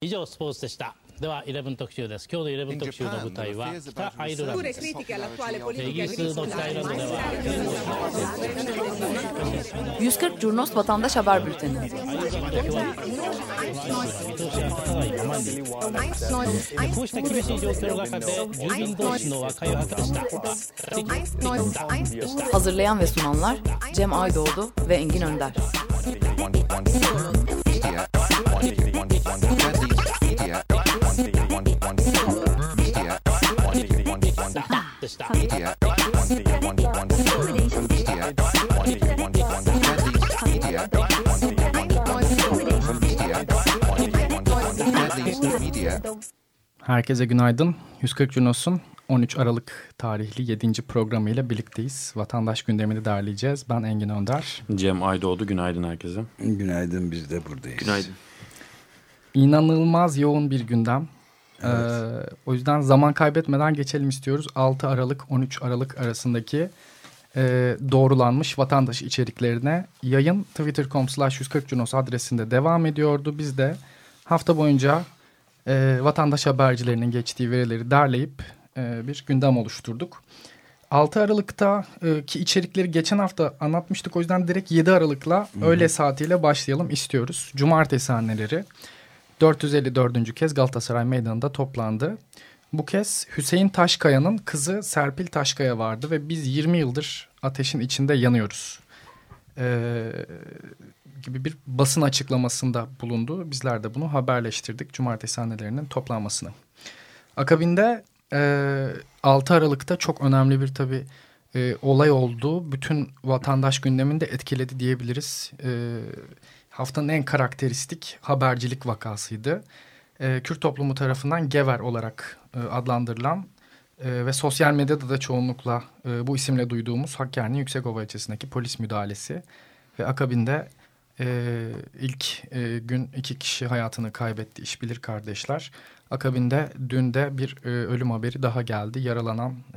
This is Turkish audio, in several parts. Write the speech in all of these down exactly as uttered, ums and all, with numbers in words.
以上スポーツでした。ではじゅういち特集です。今日のじゅういち特集の舞台は北アイルランドです。イギリスの北アイルランドでは yüz kırk Curnos Vatandaş Haber Bülteni. Hazırlayan ve sunanlar Cem Aydoğdu ve Engin Önder. Herkese günaydın. yüz kırk Curnos'un on üç Aralık tarihli yedinci programıyla birlikteyiz. Vatandaş gündemini derleyeceğiz. Ben Engin Önder. Cem Aydoğdu. Günaydın herkese. Günaydın, biz de buradayız. Günaydın. İnanılmaz yoğun bir gündem. Evet. Ee, o yüzden zaman kaybetmeden geçelim istiyoruz. altı Aralık on üç Aralık arasındaki e, doğrulanmış vatandaş içeriklerine yayın twitter nokta com slash yüz kırk Curnos adresinde devam ediyordu. Biz de hafta boyunca e, vatandaş habercilerinin geçtiği verileri derleyip e, bir gündem oluşturduk. altı Aralık'ta e, ki içerikleri geçen hafta anlatmıştık. O yüzden direkt yedi Aralık'la Hı-hı. öğle saatiyle başlayalım istiyoruz. Cumartesi anneleri dört yüz elli dördüncü kez Galatasaray Meydanı'nda toplandı. Bu kez Hüseyin Taşkaya'nın kızı Serpil Taşkaya vardı ve biz yirmi yıldır ateşin içinde yanıyoruz ee, gibi bir basın açıklamasında bulundu. Bizler de bunu haberleştirdik, cumartesi annelerinin toplanmasını. Akabinde e, altı Aralık'ta çok önemli bir tabii e, olay oldu. Bütün vatandaş gündemini de etkiledi diyebiliriz. E, haftanın en karakteristik habercilik vakasıydı. E, Kürt toplumu tarafından Gever olarak e, adlandırılan e, ve sosyal medyada da çoğunlukla e, bu isimle duyduğumuz Hakkari'nin Yüksekova ilçesindeki polis müdahalesi ve akabinde e, ilk e, gün iki kişi hayatını kaybetti, işbilir kardeşler. Akabinde dün de bir e, ölüm haberi daha geldi. Yaralanan e,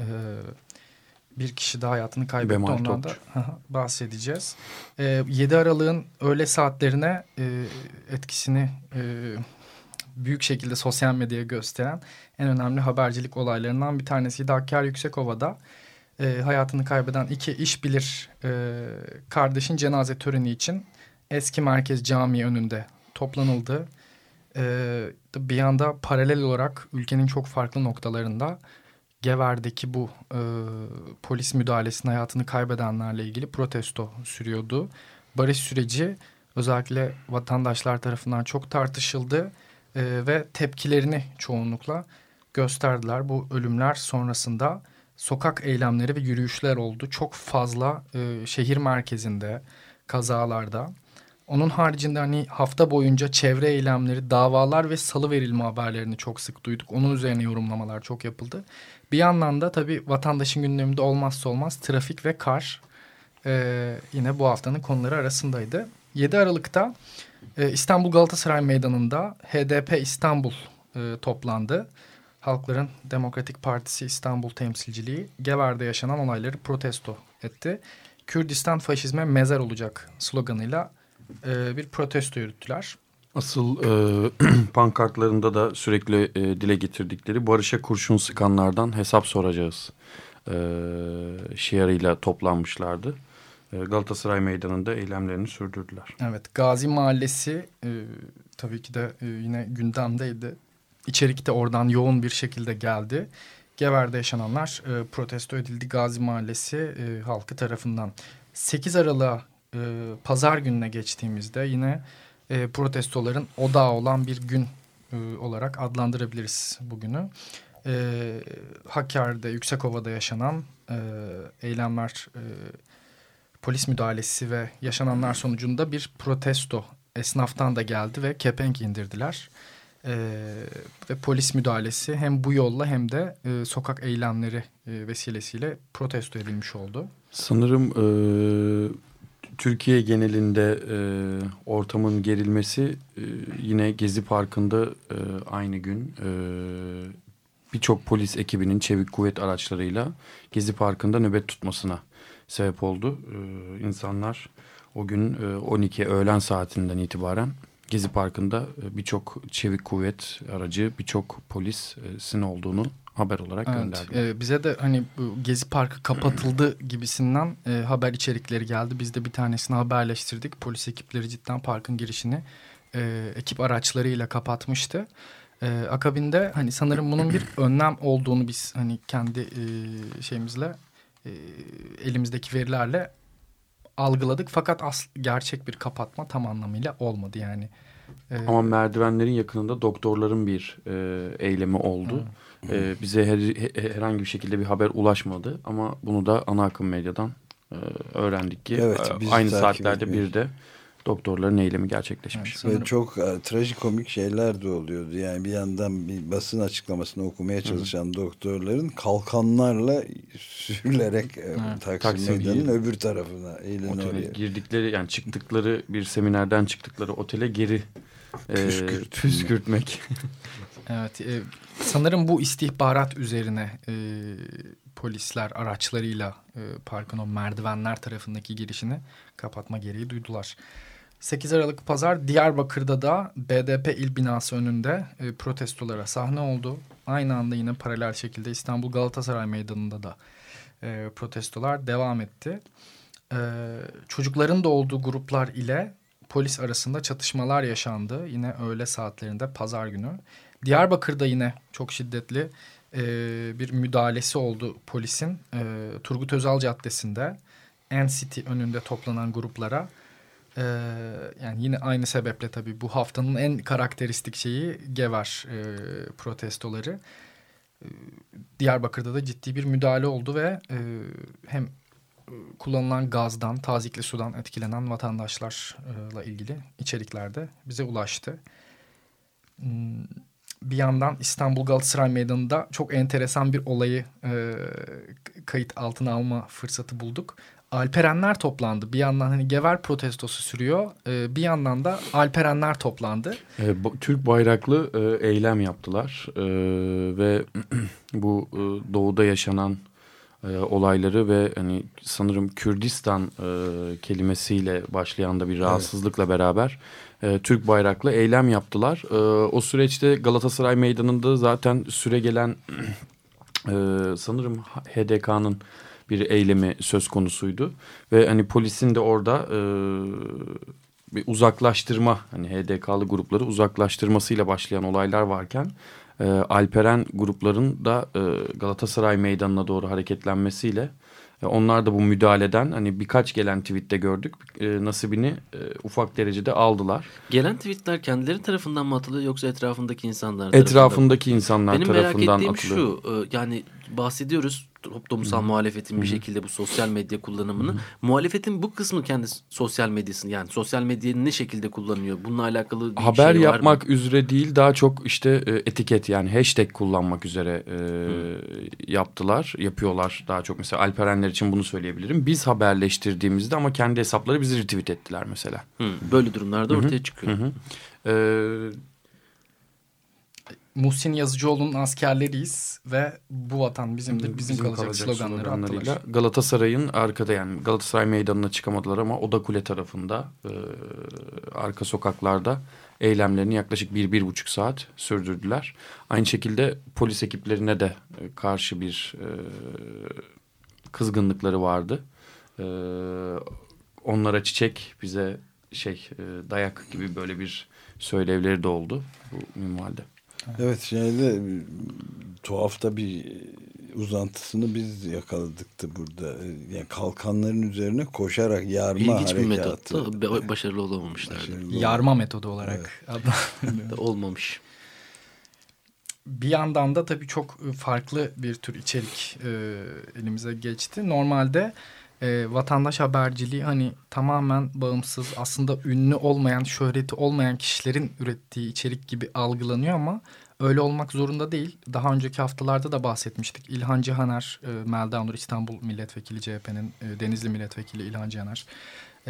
bir kişi daha hayatını kaybetti. Bemal Ondan Topçu. da bahsedeceğiz. E, yedi Aralık'ın öğle saatlerine e, etkisini e, büyük şekilde sosyal medyaya gösteren en önemli habercilik olaylarından bir tanesiydi. Hakkari Yüksekova'da e, hayatını kaybeden iki işbilir e, kardeşin cenaze töreni için Eski Merkez Camii önünde toplanıldı. E, bir yanda paralel olarak ülkenin çok farklı noktalarında Gever'deki bu e, polis müdahalesinin hayatını kaybedenlerle ilgili protesto sürüyordu. Barış süreci özellikle vatandaşlar tarafından çok tartışıldı. Ee, ve tepkilerini çoğunlukla gösterdiler. Bu ölümler sonrasında sokak eylemleri ve yürüyüşler oldu. Çok fazla e, şehir merkezinde, kazalarda. Onun haricinde hani hafta boyunca çevre eylemleri, davalar ve salıverilme haberlerini çok sık duyduk. Onun üzerine yorumlamalar çok yapıldı. Bir yandan da tabii vatandaşın gündeminde olmazsa olmaz trafik ve kar e, yine bu haftanın konuları arasındaydı. yedi Aralık'ta Ee, İstanbul Galatasaray Meydanı'nda H D P İstanbul e, toplandı. Halkların Demokratik Partisi İstanbul temsilciliği Gever'de yaşanan olayları protesto etti. Kürdistan faşizme mezar olacak sloganıyla e, bir protesto yürüttüler. Asıl e, pankartlarında da sürekli e, dile getirdikleri barışa kurşun sıkanlardan hesap soracağız e, şiarıyla toplanmışlardı. Galatasaray Meydanı'nda eylemlerini sürdürdüler. Evet, Gazi Mahallesi e, tabii ki de e, yine gündemdeydi. İçerik de oradan yoğun bir şekilde geldi. Gever'de yaşananlar e, protesto edildi Gazi Mahallesi e, halkı tarafından. sekiz Aralık'a e, pazar gününe geçtiğimizde yine e, protestoların odağı olan bir gün e, olarak adlandırabiliriz bugünü. E, Hakkari'de, Yüksekova'da yaşanan e, eylemler... E, Polis müdahalesi ve yaşananlar sonucunda bir protesto esnaftan da geldi ve kepenk indirdiler. Ee, ve polis müdahalesi hem bu yolla hem de e, sokak eylemleri e, vesilesiyle protesto edilmiş oldu. Sanırım e, Türkiye genelinde e, ortamın gerilmesi e, yine Gezi Parkı'nda e, aynı gün e, birçok polis ekibinin çevik kuvvet araçlarıyla Gezi Parkı'nda nöbet tutmasına sebep oldu. Ee, insanlar o gün e, on iki öğlen saatinden itibaren Gezi Parkı'nda e, birçok çevik kuvvet aracı, birçok polisin olduğunu haber olarak evet, gönderdiler. E, bize de hani bu Gezi Parkı kapatıldı gibisinden e, haber içerikleri geldi. Biz de bir tanesini haberleştirdik. Polis ekipleri cidden parkın girişini e, ekip araçlarıyla kapatmıştı. E, akabinde hani sanırım bunun bir önlem olduğunu biz hani kendi e, şeyimizle e, elimizdeki verilerle algıladık. Fakat as- gerçek bir kapatma tam anlamıyla olmadı yani. E, Ama merdivenlerin yakınında doktorların bir e, eylemi oldu. E, bize her, he, herhangi bir şekilde bir haber ulaşmadı. Ama bunu da ana akım medyadan e, öğrendik ki evet, e, aynı saatlerde bir de doktorların eylemi gerçekleşmiş. Evet, ve çok e, trajikomik şeyler de oluyordu. Yani bir yandan bir basın açıklamasını okumaya çalışan Hı-hı. doktorların kalkanlarla sürülerek evet. Taksim, Taksim Meydanı'nın öbür tarafına otele girdikleri yani çıktıkları bir seminerden çıktıkları otele geri e, püskürtmek. Evet, e, sanırım bu istihbarat üzerine e, polisler araçlarıyla e, parkın o merdivenler tarafındaki girişini kapatma gereği duydular. sekiz Aralık Pazar Diyarbakır'da da B D P il binası önünde e, protestolara sahne oldu. Aynı anda yine paralel şekilde İstanbul Galatasaray Meydanı'nda da e, protestolar devam etti. E, çocukların da olduğu gruplar ile polis arasında çatışmalar yaşandı. Yine öğle saatlerinde pazar günü. Diyarbakır'da yine çok şiddetli e, bir müdahalesi oldu polisin. E, Turgut Özal Caddesi'nde N City önünde toplanan gruplara. Ee, yani yine aynı sebeple tabii bu haftanın en karakteristik şeyi Gever e, protestoları. E, Diyarbakır'da da ciddi bir müdahale oldu ve e, hem kullanılan gazdan, tazikli sudan etkilenen vatandaşlarla ilgili içerikler de bize ulaştı. Bir yandan İstanbul Galatasaray Meydanı'nda çok enteresan bir olayı e, kayıt altına alma fırsatı bulduk. Alperenler toplandı. Bir yandan hani Gever protestosu sürüyor. Ee, bir yandan da Alperenler toplandı. E, bu, Türk bayraklı e, eylem yaptılar. E, ve bu e, doğuda yaşanan e, olayları ve hani sanırım Kürdistan e, kelimesiyle başlayan da bir rahatsızlıkla evet. beraber e, Türk bayraklı eylem yaptılar. E, o süreçte Galatasaray Meydanı'nda zaten süre gelen e, sanırım H D K'nın bir eylemi söz konusuydu ve hani polisin de orada e, bir uzaklaştırma hani H D K'lı grupları uzaklaştırmasıyla başlayan olaylar varken e, Alperen grupların da e, Galatasaray Meydanı'na doğru hareketlenmesiyle e, onlar da bu müdahaleden hani birkaç gelen tweette gördük e, nasibini e, ufak derecede aldılar. Gelen tweetler kendileri tarafından mı atılıyor yoksa etrafındaki insanlar tarafından? Etrafındaki insanlar Benim tarafından atılıyor. Benim merak ettiğim şu e, yani bahsediyoruz toplumsal hmm. muhalefetin hmm. bir şekilde bu sosyal medya kullanımını. Hmm. Muhalefetin bu kısmı kendi sosyal medyasını yani sosyal medyayı ne şekilde kullanıyor? Bununla alakalı bir haber şey yapmak var mı? üzere değil daha çok işte e, etiket yani hashtag kullanmak üzere e, hmm. yaptılar. Yapıyorlar daha çok mesela Alperenler için bunu söyleyebilirim. Biz haberleştirdiğimizde ama kendi hesapları bizi retweet ettiler mesela. Hmm. Böyle durumlarda Hı-hı. ortaya çıkıyor. Hı-hı. Ee, Muhsin Yazıcıoğlu'nun askerleriyiz ve bu vatan bizimdir, bizim, bizim kalacak, kalacak sloganları attılar. Galatasaray'ın arkada yani Galatasaray Meydanı'na çıkamadılar ama Oda Kule tarafında e, arka sokaklarda eylemlerini yaklaşık bir, bir buçuk saat sürdürdüler. Aynı şekilde polis ekiplerine de karşı bir e, kızgınlıkları vardı. E, onlara çiçek bize şey e, dayak gibi böyle bir söylevleri de oldu bu minvalde. Evet şeyde tuhaf da bir uzantısını biz yakaladıktı burada. Yani kalkanların üzerine koşarak yarma İlginç harekatı. İlginç bir metotta başarılı olamamışlar. Başarılı yarma metodu olarak evet. olmamış. Bir yandan da tabii çok farklı bir tür içerik e, elimize geçti. Normalde e, vatandaş haberciliği hani tamamen bağımsız aslında ünlü olmayan, şöhreti olmayan kişilerin ürettiği içerik gibi algılanıyor ama öyle olmak zorunda değil. Daha önceki haftalarda da bahsetmiştik. İlhan Cihaner, e, Melda Nur İstanbul Milletvekili C H P'nin e, Denizli Milletvekili İlhan Cihaner. E,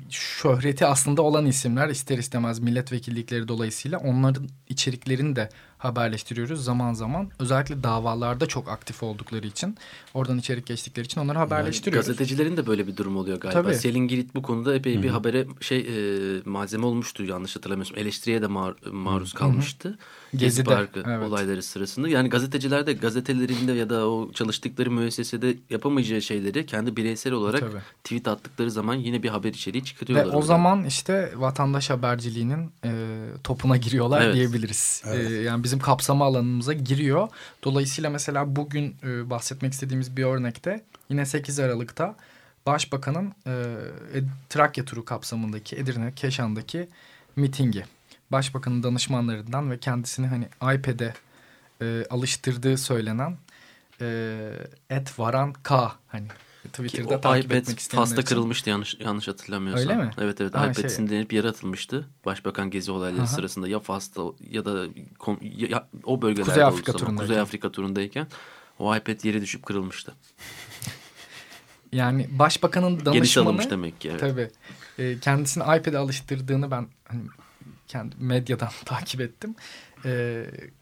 şöhreti aslında olan isimler ister istemez milletvekillikleri dolayısıyla onların içeriklerini de haberleştiriyoruz zaman zaman. Özellikle davalarda çok aktif oldukları için, oradan içerik geçtikleri için onları haberleştiriyoruz. Yani gazetecilerin de böyle bir durum oluyor galiba. Tabii. Selin Girit bu konuda epey Hı-hı. bir habere şey e, malzeme olmuştu, yanlış hatırlamıyorsam. Eleştiriye de mar- maruz kalmıştı. Hı-hı. Gezi Gezi'de, Parkı evet. olayları sırasında. Yani gazeteciler de gazetelerinde ya da o çalıştıkları müessesede yapamayacağı şeyleri kendi bireysel olarak Tabii. tweet attıkları zaman yine bir haber içeriği çıkarıyorlar. Ve o zaman işte vatandaş haberciliğinin e, topuna giriyorlar evet. diyebiliriz. Evet. E, yani bizim kapsama alanımıza giriyor. Dolayısıyla mesela bugün e, bahsetmek istediğimiz bir örnekte yine sekiz Aralık'ta Başbakan'ın e, Trakya turu kapsamındaki Edirne Keşan'daki mitingi. Başbakanın danışmanlarından ve kendisini hani iPad'e e, alıştırdığı söylenen e, et varan K hani Twitter'da Ki, takip iPad etmek isteyenler Fas'ta için. kırılmıştı yanlış yanlış hatırlamıyorsam. Öyle mi? Evet evet, ha, iPad şey... sinirlenip yere atılmıştı. Başbakan gezi olayları Aha. sırasında ya Fas'ta ya da ya, ya, o bölgelerde Kuzey Afrika olursa, turundayken. Kuzey Afrika turundayken o iPad yere düşüp kırılmıştı. Yani başbakanın danışmanı geniş alınmış demek ki. Evet. Tabii. E, kendisini iPad'e alıştırdığını ben hani, kendi medyadan takip ettim. E,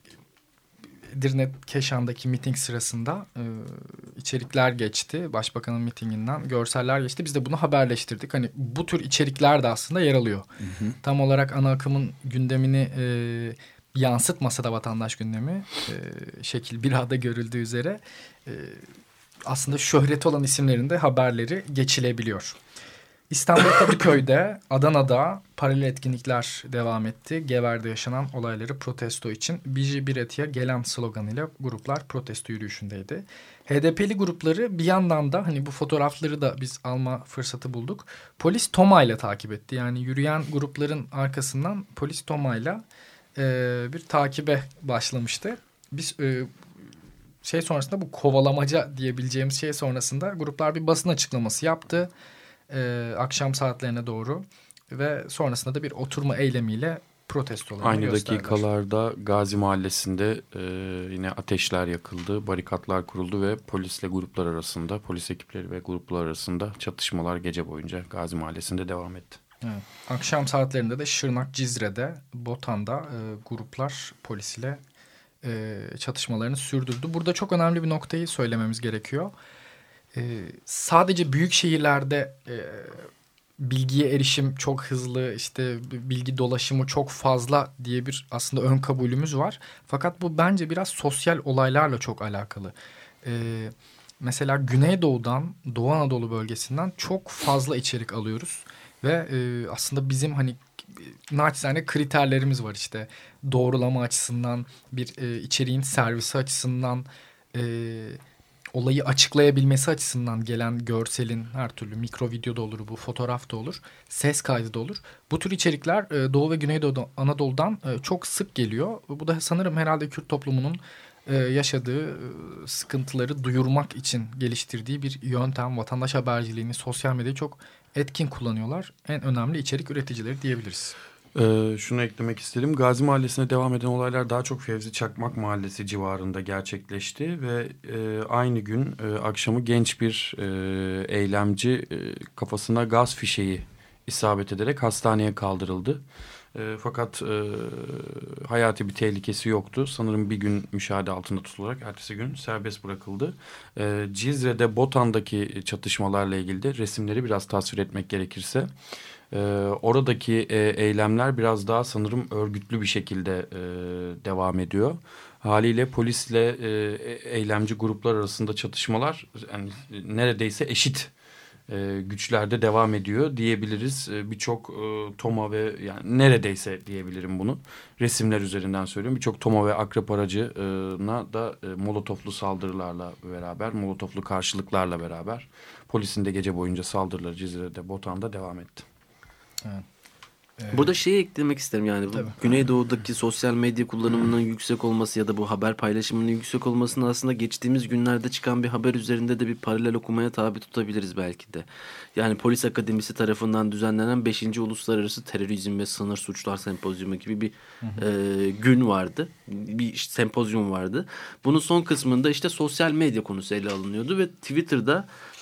Edirne Keşan'daki miting sırasında e, içerikler geçti. Başbakanın mitinginden görseller geçti. Biz de bunu haberleştirdik. Hani bu tür içerikler de aslında yer alıyor. Hı hı. Tam olarak ana akımın gündemini e, yansıtmasa da vatandaş gündemi e, şekil bir A'da görüldüğü üzere e, aslında şöhreti olan isimlerin de haberleri geçilebiliyor. İstanbul Kadıköy'de, Adana'da paralel etkinlikler devam etti. Gever'de yaşanan olayları protesto için Biji Bireti'ye gelen sloganıyla gruplar protesto yürüyüşündeydi. H D P'li grupları bir yandan da hani bu fotoğrafları da biz alma fırsatı bulduk. Polis tomayla takip etti. Yani yürüyen grupların arkasından polis tomayla e, bir takibe başlamıştı. Biz e, şey sonrasında bu kovalamaca diyebileceğimiz şey sonrasında gruplar bir basın açıklaması yaptı. Ee, akşam saatlerine doğru ve sonrasında da bir oturma eylemiyle protestolarını Aynı gösterdiler. dakikalarda Gazi Mahallesi'nde e, yine ateşler yakıldı, barikatlar kuruldu ve polisle gruplar arasında, polis ekipleri ve gruplar arasında çatışmalar gece boyunca Gazi Mahallesi'nde devam etti. Evet. Akşam saatlerinde de Şırnak, Cizre'de, Botan'da e, gruplar polis ile e, çatışmalarını sürdürdü. Burada çok önemli bir noktayı söylememiz gerekiyor. Ee, sadece büyük şehirlerde e, bilgiye erişim çok hızlı, işte bilgi dolaşımı çok fazla diye bir aslında ön kabulümüz var. Fakat bu bence biraz sosyal olaylarla çok alakalı. Ee, mesela Güneydoğu'dan, Doğu Anadolu bölgesinden çok fazla içerik alıyoruz. Ve e, aslında bizim hani naçizane kriterlerimiz var işte. Doğrulama açısından, bir e, içeriğin servisi açısından... E, olayı açıklayabilmesi açısından gelen görselin her türlü mikro video da olur, bu fotoğraf da olur, ses kaydı da olur. Bu tür içerikler Doğu ve Güneydoğu Anadolu'dan çok sık geliyor. Bu da sanırım herhalde Kürt toplumunun yaşadığı sıkıntıları duyurmak için geliştirdiği bir yöntem. Vatandaş haberciliğini, sosyal medyayı çok etkin kullanıyorlar. En önemli içerik üreticileri diyebiliriz. Ee, şunu eklemek isterim. Gazi Mahallesi'ne devam eden olaylar daha çok Fevzi Çakmak Mahallesi civarında gerçekleşti ve e, aynı gün e, akşamı genç bir e, eylemci e, kafasına gaz fişeği isabet ederek hastaneye kaldırıldı. E, fakat e, hayati bir tehlikesi yoktu. Sanırım bir gün müşahede altında tutularak ertesi gün serbest bırakıldı. E, Cizre'de Botan'daki çatışmalarla ilgili de resimleri biraz tasvir etmek gerekirse... Ee, oradaki e, eylemler biraz daha sanırım örgütlü bir şekilde e, devam ediyor. Haliyle polisle e, eylemci gruplar arasında çatışmalar yani neredeyse eşit e, güçlerde devam ediyor diyebiliriz. E, Birçok e, TOMA ve yani neredeyse diyebilirim bunu. Resimler üzerinden söylüyorum. Birçok TOMA ve akrep aracına da e, molotoflu saldırılarla beraber, molotoflu karşılıklarla beraber polisin de gece boyunca saldırıları Cizre'de, Botan'da devam etti. Evet. Burada şeyi eklemek isterim yani bu Güneydoğu'daki sosyal medya kullanımının yüksek olması ya da bu haber paylaşımının yüksek olmasını aslında geçtiğimiz günlerde çıkan bir haber üzerinde de bir paralel okumaya tabi tutabiliriz belki de. Yani Polis Akademisi tarafından düzenlenen beşinci Uluslararası Terörizm ve Sınır Suçlar Sempozyumu gibi bir hı hı. E, gün vardı. Bir sempozyum vardı. Bunun son kısmında işte sosyal medya konusu ele alınıyordu ve Twitter'da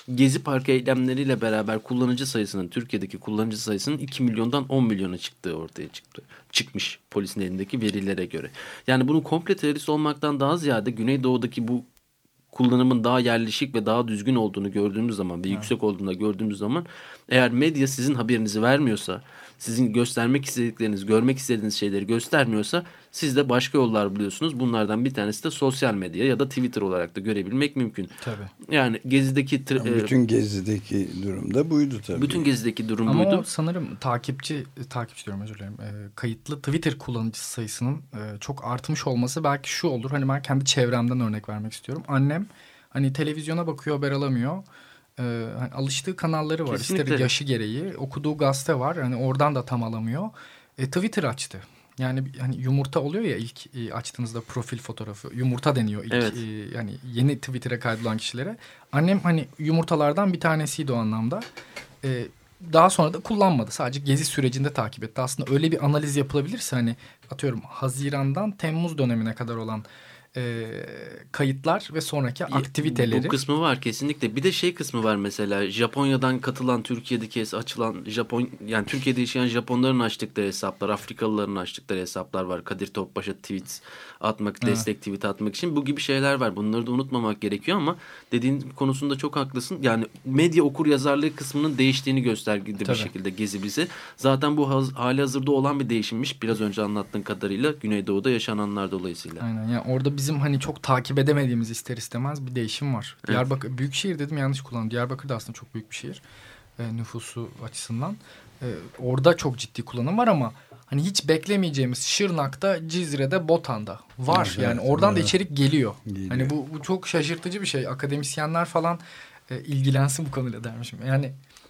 Gezi Parkı eylemleriyle beraber kullanıcı sayısının, Türkiye'deki kullanıcı sayısının iki milyondan on milyona çıktığı ortaya çıktı. Çıkmış polisin elindeki verilere göre. Yani bunun komple terörist olmaktan daha ziyade Güneydoğu'daki bu kullanımın daha yerleşik ve daha düzgün olduğunu gördüğümüz zaman ve evet. yüksek olduğunu gördüğümüz zaman, eğer medya sizin haberinizi vermiyorsa, sizin göstermek istedikleriniz, görmek istediğiniz şeyleri göstermiyorsa, siz de başka yollar buluyorsunuz. Bunlardan bir tanesi de sosyal medya ya da Twitter olarak da görebilmek mümkün. Tabii. Yani Gezi'deki... Ama bütün Gezi'deki durum da buydu tabii. Bütün Gezi'deki durum Ama buydu. Ama sanırım takipçi, takipçi diyorum özür dilerim, e, kayıtlı Twitter kullanıcısı sayısının e, çok artmış olması belki şu olur. Hani ben kendi çevremden örnek vermek istiyorum. Annem hani televizyona bakıyor, haber alamıyor. Ee, hani alıştığı kanalları var. Kesinlikle. İster yaşı gereği. Okuduğu gazete var. Hani oradan da tam alamıyor. E, Twitter açtı. Yani hani yumurta oluyor ya ilk e, açtığınızda profil fotoğrafı. Yumurta deniyor ilk. Evet. E, yani yeni Twitter'a kaydolan kişilere. Annem hani yumurtalardan bir tanesiydi o anlamda. E, daha sonra da kullanmadı. Sadece gezi sürecinde takip etti. Aslında öyle bir analiz yapılabilirse hani atıyorum Haziran'dan Temmuz dönemine kadar olan E, kayıtlar ve sonraki aktiviteleri. Bu kısmı var kesinlikle. Bir de şey kısmı var mesela. Japonya'dan katılan, Türkiye'deki açılan Japon, yani Türkiye'de yaşayan Japonların açtıkları hesaplar, Afrikalıların açtıkları hesaplar var. Kadir Topbaş'a tweet atmak, evet. destek tweet atmak için bu gibi şeyler var. Bunları da unutmamak gerekiyor ama dediğin konusunda çok haklısın. Yani medya okur yazarlığı kısmının değiştiğini göstergeli bir şekilde Gezi bize. Zaten bu haz, hali hazırda olan bir değişimmiş. Biraz önce anlattığın kadarıyla Güneydoğu'da yaşananlar dolayısıyla. Aynen. Yani orada bizim hani çok takip edemediğimiz ister istemez bir değişim var. Evet. Diyarbakır büyükşehir dedim, yanlış kullandım. Diyarbakır da aslında çok büyük bir şehir e, nüfusu açısından. E, orada çok ciddi kullanım var ama hani hiç beklemeyeceğimiz Şırnak'ta, Cizre'de, Botan'da var. Evet, yani oradan evet. da içerik geliyor. geliyor. Hani bu, bu çok şaşırtıcı bir şey. Akademisyenler falan e, ilgilensin bu konuyla dermişim. Yani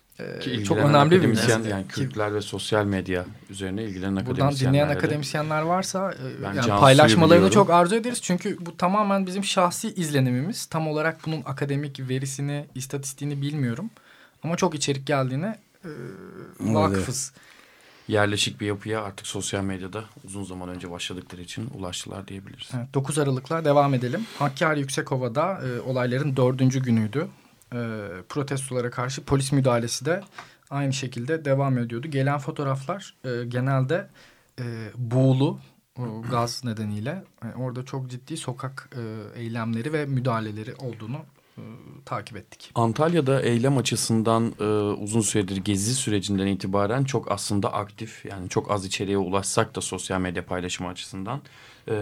Ee, çok önemli bir mesele. Yani Kürtler ve sosyal medya üzerine ilgilenen akademisyenler. Buradan dinleyen akademisyenler varsa yani paylaşmalarını çok arzu ederiz. Çünkü bu tamamen bizim şahsi izlenimimiz. Tam olarak bunun akademik verisini, istatistiğini bilmiyorum. Ama çok içerik geldiğine e, vakıfız. Yerleşik bir yapıya artık sosyal medyada uzun zaman önce başladıkları için ulaştılar diyebiliriz. Evet, dokuz Aralık'la devam edelim. Hakkari Yüksekova'da e, olayların dördüncü günüydü. E, protestolara karşı polis müdahalesi de aynı şekilde devam ediyordu. Gelen fotoğraflar e, genelde e, buğulu e, gaz nedeniyle e, orada çok ciddi sokak e, eylemleri ve müdahaleleri olduğunu e, takip ettik. Antalya'da eylem açısından e, uzun süredir Gezi sürecinden itibaren çok aslında aktif, yani çok az içeriye ulaşsak da sosyal medya paylaşımı açısından e,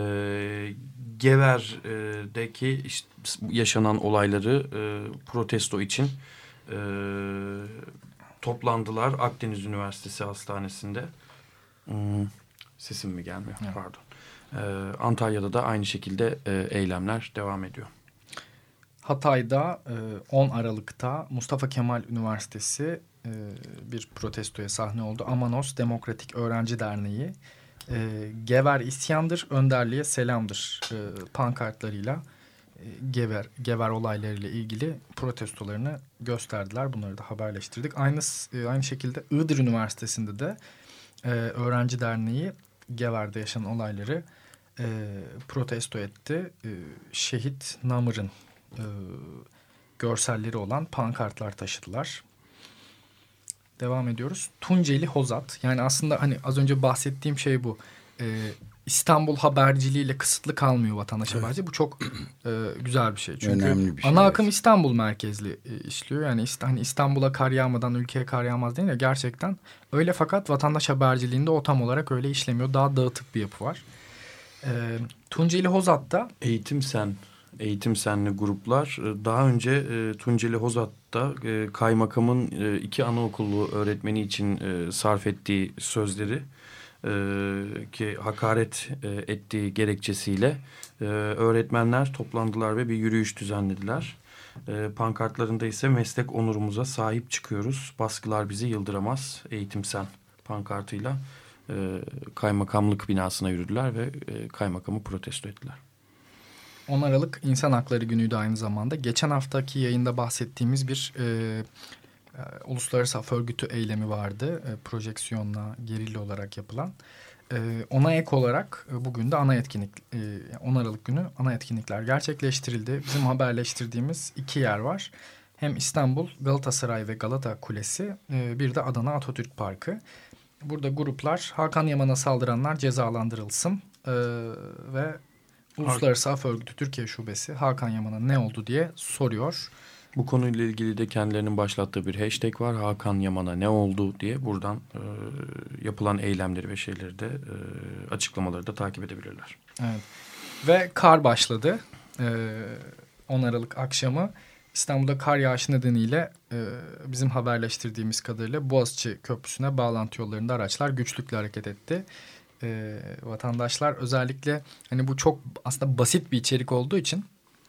Gever'deki işte yaşanan olayları e, protesto için e, toplandılar Akdeniz Üniversitesi Hastanesi'nde. Hmm, sesim mi gelmiyor? Evet. Pardon. E, Antalya'da da aynı şekilde e, eylemler devam ediyor. Hatay'da on Aralık'ta Mustafa Kemal Üniversitesi bir protestoya sahne oldu. Amanos Demokratik Öğrenci Derneği Gever isyandır, önderliğe selamdır pankartlarıyla Gever, Gever olaylarıyla ilgili protestolarını gösterdiler. Bunları da haberleştirdik. Aynı aynı şekilde Iğdır Üniversitesi'nde de Öğrenci Derneği Gever'de yaşanan olayları protesto etti. Şehit Namır'ın E, görselleri olan pankartlar taşıdılar. Devam ediyoruz. Tunceli Hozat. Yani aslında hani az önce bahsettiğim şey bu. E, İstanbul haberciliğiyle kısıtlı kalmıyor vatandaş evet. haberci. Bu çok e, güzel bir şey. Çünkü önemli bir şey, ana evet. akım İstanbul merkezli e, işliyor. Yani ist- hani İstanbul'a kar yağmadan ülkeye kar yağmaz değil ya, gerçekten öyle, fakat vatandaş haberciliğinde o tam olarak öyle işlemiyor. Daha dağıtık bir yapı var. E, Tunceli Hozat'ta Eğitim Sen Eğitim Senli gruplar daha önce e, Tunceli Hozat'ta e, kaymakamın e, iki anaokulu öğretmeni için e, sarf ettiği sözleri e, ki hakaret e, ettiği gerekçesiyle e, öğretmenler toplandılar ve bir yürüyüş düzenlediler. E, pankartlarında ise meslek onurumuza sahip çıkıyoruz, baskılar bizi yıldıramaz, Eğitim Sen pankartıyla e, kaymakamlık binasına yürüdüler ve e, kaymakamı protesto ettiler. on Aralık İnsan Hakları Günü'ydü aynı zamanda. Geçen haftaki yayında bahsettiğimiz bir e, e, uluslararası af örgütü eylemi vardı. E, projeksiyonla, gerilla olarak yapılan. E, ona ek olarak e, bugün de ana etkinlik, e, on Aralık günü ana etkinlikler gerçekleştirildi. Bizim haberleştirdiğimiz iki yer var. hem İstanbul, Galatasaray ve Galata Kulesi, e, bir de Adana Atatürk Parkı. Burada gruplar Hakan Yaman'a saldıranlar cezalandırılsın e, ve Uluslararası Af Örgütü Türkiye Şubesi Hakan Yaman'a ne oldu diye soruyor. Bu konuyla ilgili de kendilerinin başlattığı bir hashtag var. Hakan Yaman'a ne oldu diye buradan e, yapılan eylemleri ve şeyleri de e, açıklamaları da takip edebilirler. Evet. Ve kar başladı. E, on Aralık akşamı İstanbul'da kar yağışı nedeniyle e, bizim haberleştirdiğimiz kadarıyla Boğaziçi Köprüsü'ne bağlantı yollarında araçlar güçlükle hareket etti. E, vatandaşlar özellikle hani bu çok aslında basit bir içerik olduğu için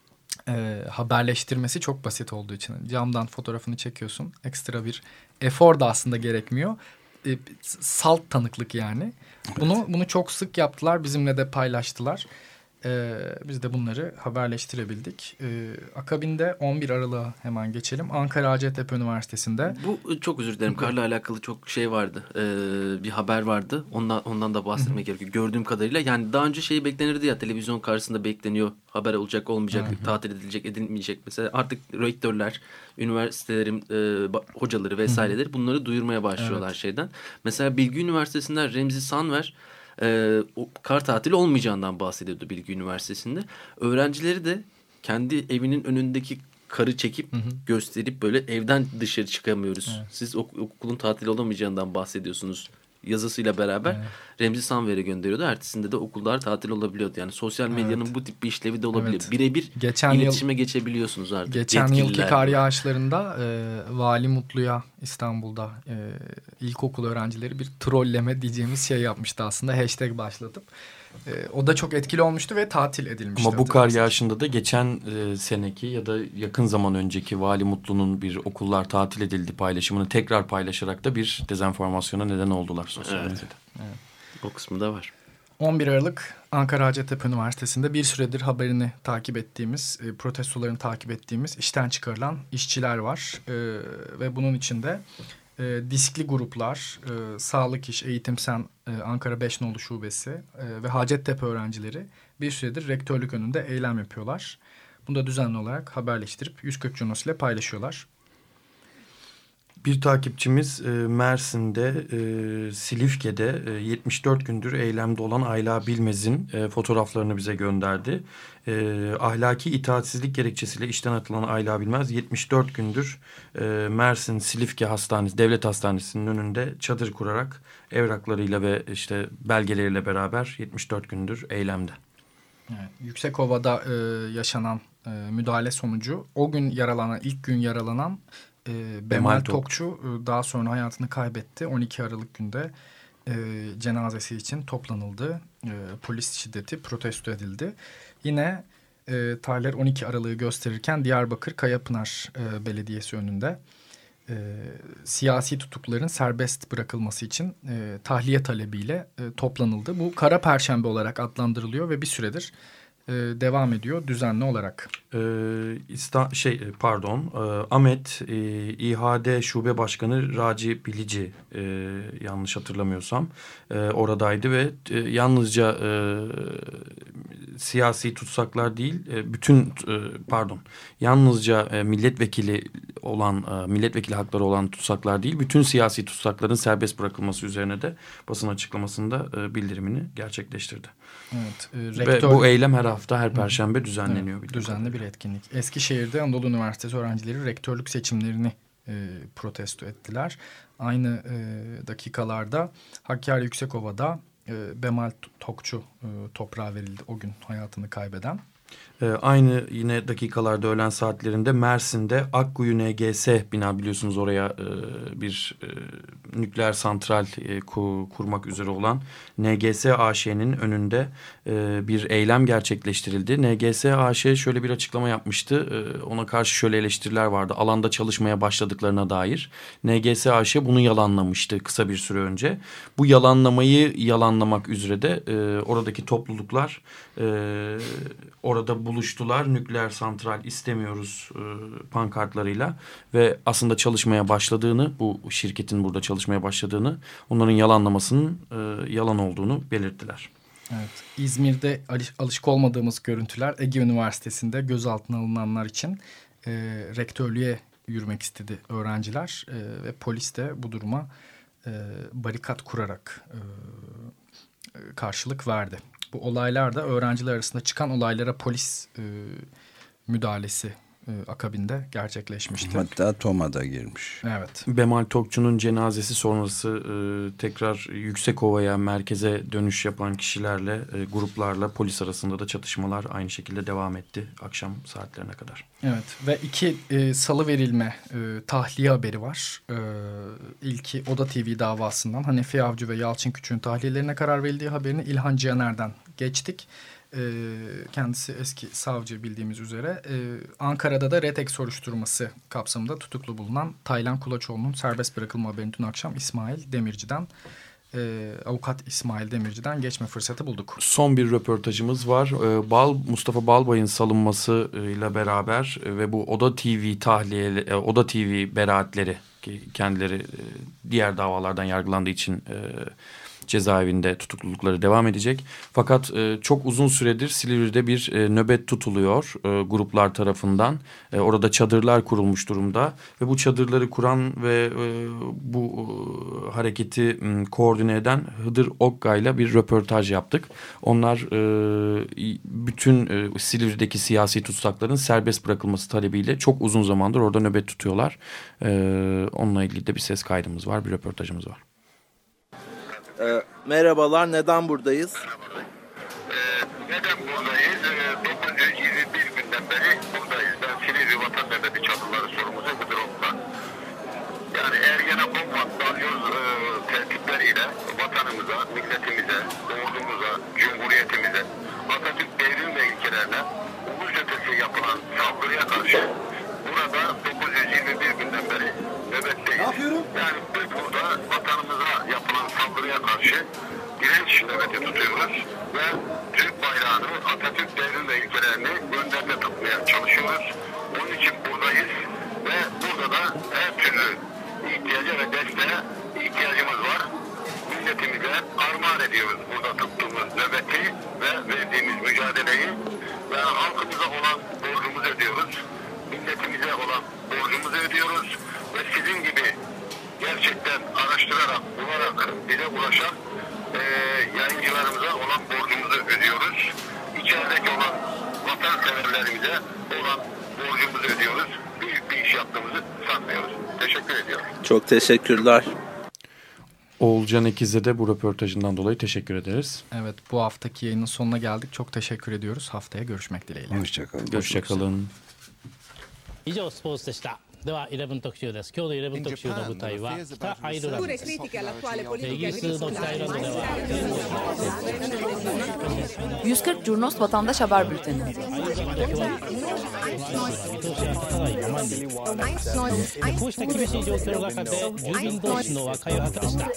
e, haberleştirmesi çok basit olduğu için camdan fotoğrafını çekiyorsun. Ekstra bir efor da aslında gerekmiyor. E, salt tanıklık yani. Evet. Bunu bunu çok sık yaptılar. Bizimle de paylaştılar. Ee, biz de bunları haberleştirebildik. Ee, akabinde on bir Aralık'a hemen geçelim. Ankara Hacettepe Üniversitesi'nde. Bu çok özür dilerim. Karla alakalı çok şey vardı. Ee, bir haber vardı. Ondan, ondan da bahsetmek Hı-hı. gerekiyor. Gördüğüm kadarıyla. Yani daha önce şey beklenirdi ya. Televizyon karşısında bekleniyor. Haber olacak, olmayacak, Hı-hı. tatil edilecek, edilmeyecek. Mesela artık rektörler, üniversitelerin e, hocaları vesaireleri Hı-hı. bunları duyurmaya başlıyorlar evet. şeyden. Mesela Bilgi Üniversitesi'nden Remzi Sanver Ee, o kar tatili olmayacağından bahsediyordu Bilgi Üniversitesi'nde. Öğrencileri de kendi evinin önündeki karı çekip hı hı. gösterip böyle evden dışarı çıkamıyoruz. Evet. Siz ok- okulun tatil olamayacağından bahsediyorsunuz yazısıyla beraber evet. Remzi Sanver'e gönderiyordu. Ertesinde de okullar tatil olabiliyordu. Yani sosyal medyanın evet. bu tip bir işlevi de olabilir. Evet. Birebir geçen iletişime yıl, geçebiliyorsunuz artık. Geçen yılki kar yağışlarında e, Vali Mutlu'ya İstanbul'da e, ilkokul öğrencileri bir trolleme diyeceğimiz şey yapmıştı aslında. Hashtag başlatıp. E, o da çok etkili olmuştu ve tatil edilmişti. Ama bu kar yağışında da geçen e, seneki ya da yakın zaman önceki Vali Mutlu'nun bir okullar tatil edildi paylaşımını tekrar paylaşarak da bir dezenformasyona neden oldular sosyal evet. medyada. Evet. O kısmı da var. on bir Aralık Ankara Hacettepe Üniversitesi'nde bir süredir haberini takip ettiğimiz, e, protestolarını takip ettiğimiz işten çıkarılan işçiler var. E, ve bunun içinde e, diskli gruplar, e, Sağlık İş, Eğitim Sen, e, Ankara beş Nolu Şubesi e, ve Hacettepe öğrencileri bir süredir rektörlük önünde eylem yapıyorlar. Bunu da düzenli olarak haberleştirip yüz kırk Cunos ile paylaşıyorlar. Bir takipçimiz e, Mersin'de, e, Silifke'de e, yetmiş dört gündür eylemde olan Ayla Bilmez'in e, fotoğraflarını bize gönderdi. E, ahlaki itaatsizlik gerekçesiyle işten atılan Ayla Bilmez yetmiş dört gündür e, Mersin Silifke Hastanesi, Devlet Hastanesi'nin önünde çadır kurarak evraklarıyla ve işte belgeleriyle beraber yetmiş dört gündür eylemde. Evet, Yüksekova'da e, yaşanan e, müdahale sonucu o gün yaralanan, ilk gün yaralanan E, Bemal, Bemal Tokçu e, daha sonra hayatını kaybetti. on iki Aralık günde e, cenazesi için toplanıldı. E, polis şiddeti protesto edildi. Yine e, tarihler on iki Aralık'ı gösterirken Diyarbakır Kayapınar e, Belediyesi önünde e, siyasi tutukluların serbest bırakılması için e, tahliye talebiyle e, toplanıldı. Bu Kara Perşembe olarak adlandırılıyor ve bir süredir e, devam ediyor düzenli olarak. Ee, İsta- şey pardon e, Ahmet e, İ H D Şube Başkanı Raci Bilici e, yanlış hatırlamıyorsam e, oradaydı ve e, yalnızca e, siyasi tutsaklar değil e, bütün e, pardon yalnızca e, milletvekili olan e, milletvekili hakları olan tutsaklar değil bütün siyasi tutsakların serbest bırakılması üzerine de basın açıklamasında e, bildirimini gerçekleştirdi. Evet, e, rektör... Ve bu eylem her hafta her perşembe düzenleniyor. Evet, düzenli bir etkinlik. Eskişehir'de Anadolu Üniversitesi öğrencileri rektörlük seçimlerini e, protesto ettiler. Aynı e, dakikalarda Hakkari Yüksekova'da e, Bemal Tokçu e, toprağa verildi o gün hayatını kaybeden. Ee, aynı yine dakikalarda öğlen saatlerinde Mersin'de Akkuyu N G S bina biliyorsunuz oraya e, bir e, nükleer santral e, ku, kurmak üzere olan N G S A Ş'nin önünde e, bir eylem gerçekleştirildi. N G S A Ş şöyle bir açıklama yapmıştı. E, ona karşı şöyle eleştiriler vardı. Alanda çalışmaya başladıklarına dair. N G S A Ş bunu yalanlamıştı kısa bir süre önce. Bu yalanlamayı yalanlamak üzere de e, oradaki topluluklar e, orada buluştular. Nükleer santral istemiyoruz e, pankartlarıyla ve aslında çalışmaya başladığını, bu şirketin burada çalışmaya başladığını, onların yalanlamasının e, yalan olduğunu belirttiler. Evet, İzmir'de alış, alışık olmadığımız görüntüler Ege Üniversitesi'nde gözaltına alınanlar için e, rektörlüğe yürümek istedi öğrenciler e, ve polis de bu duruma e, barikat kurarak e, karşılık verdi. Bu olaylar da öğrenciler arasında çıkan olaylara polis e, müdahalesi e, akabinde gerçekleşmişti. Hatta Toma da girmiş. Evet. Bemal Tokçu'nun cenazesi sonrası e, tekrar Yüksekova'ya, merkeze dönüş yapan kişilerle, e, gruplarla polis arasında da çatışmalar aynı şekilde devam etti akşam saatlerine kadar. Evet ve iki e, salı verilme e, tahliye haberi var. E, ilki Oda T V davasından Hanefi Avcı ve Yalçın Küçük'ün tahliyelerine karar verildiği haberini İlhan Cihaner'den geçtik. Kendisi eski savcı bildiğimiz üzere. Ankara'da da RETEK soruşturması kapsamında tutuklu bulunan Taylan Kulaçoğlu'nun serbest bırakılma haberini dün akşam İsmail Demirci'den, avukat İsmail Demirci'den geçme fırsatı bulduk. Son bir röportajımız var. Bal Mustafa Balbay'ın salınması ile beraber ve bu Oda T V tahliye, Oda T V beraatleri, kendileri diğer davalardan yargılandığı için cezaevinde tutuklulukları devam edecek. Fakat e, çok uzun süredir Silivri'de bir e, nöbet tutuluyor e, gruplar tarafından. E, orada çadırlar kurulmuş durumda ve bu çadırları kuran ve e, bu e, hareketi e, koordine eden Hıdır Okkay'la bir röportaj yaptık. Onlar e, bütün e, Silivri'deki siyasi tutsakların serbest bırakılması talebiyle çok uzun zamandır orada nöbet tutuyorlar. E, onunla ilgili de bir ses kaydımız var, bir röportajımız var. E, merhabalar, neden buradayız? E, neden buradayız? E, dokuz yüz yirmi bir günden beri buradayız. Ben Silivri Vatan Nöbeti Çadırları sorumlusu Hıdır Okkay. Yani Ergenekon balyoz e, tertipleriyle vatanımıza, milletimize, ordumuza, cumhuriyetimize, Atatürk devrim ve ilkelerine ulus ötesi yapılan saldırıya karşı burada dokuz yüz yirmi bir günden beri nöbetteyiz. Yani biz burada vatanımıza yapılan saldırıya karşı direnç nöbeti tutuyoruz ve Türk bayrağını, Atatürk devrim ve ilkelerini önlerinde tutmaya çalışıyoruz. Onun için buradayız ve burada da her türlü ihtiyaca ve desteğe ihtiyacımız var. Milletimize armağan ediyoruz burada tuttuğumuz nöbeti ve verdiğimiz mücadeleyi ve halkımıza olan borcumuzu ödüyoruz. Milletimize olan borcumuzu ödüyoruz ve sizin gibi gerçekten araştırarak, bularak bize ulaşan e, yayıncılarımıza olan borcumuzu ödüyoruz. İçerideki olan vatanseverlerimize olan borcumuzu ödüyoruz. Büyük bir iş yaptığımızı sanmıyoruz. Teşekkür ediyorum. Çok teşekkürler. Oğulcan Ekiz'e de bu röportajından dolayı teşekkür ederiz. Evet, bu haftaki yayının sonuna geldik. Çok teşekkür ediyoruz. Haftaya görüşmek dileğiyle. Hoşçakalın. Hoşçakalın. 以上スポーツでした。ではじゅういち特集です。今日のじゅういち特集の舞台は北アイルランドです。イギリスの北アイルランドでは yüz kırk Curnos Vatandaş Haber Bülteni. こうした厳しい状況の中で住民同士の和解を図りした。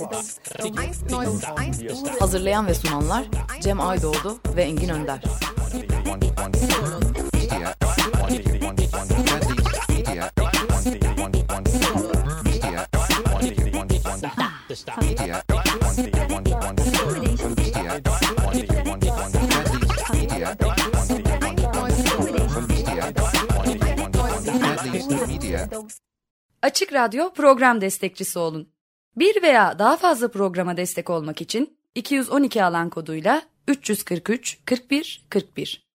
Hazırlayan ve sunanlar Cem Aydoğdu ve Engin Önder. Açık Radyo program destekçisi olun. Bir veya daha fazla programa destek olmak için iki yüz on iki alan koduyla üç yüz kırk üç kırk bir kırk bir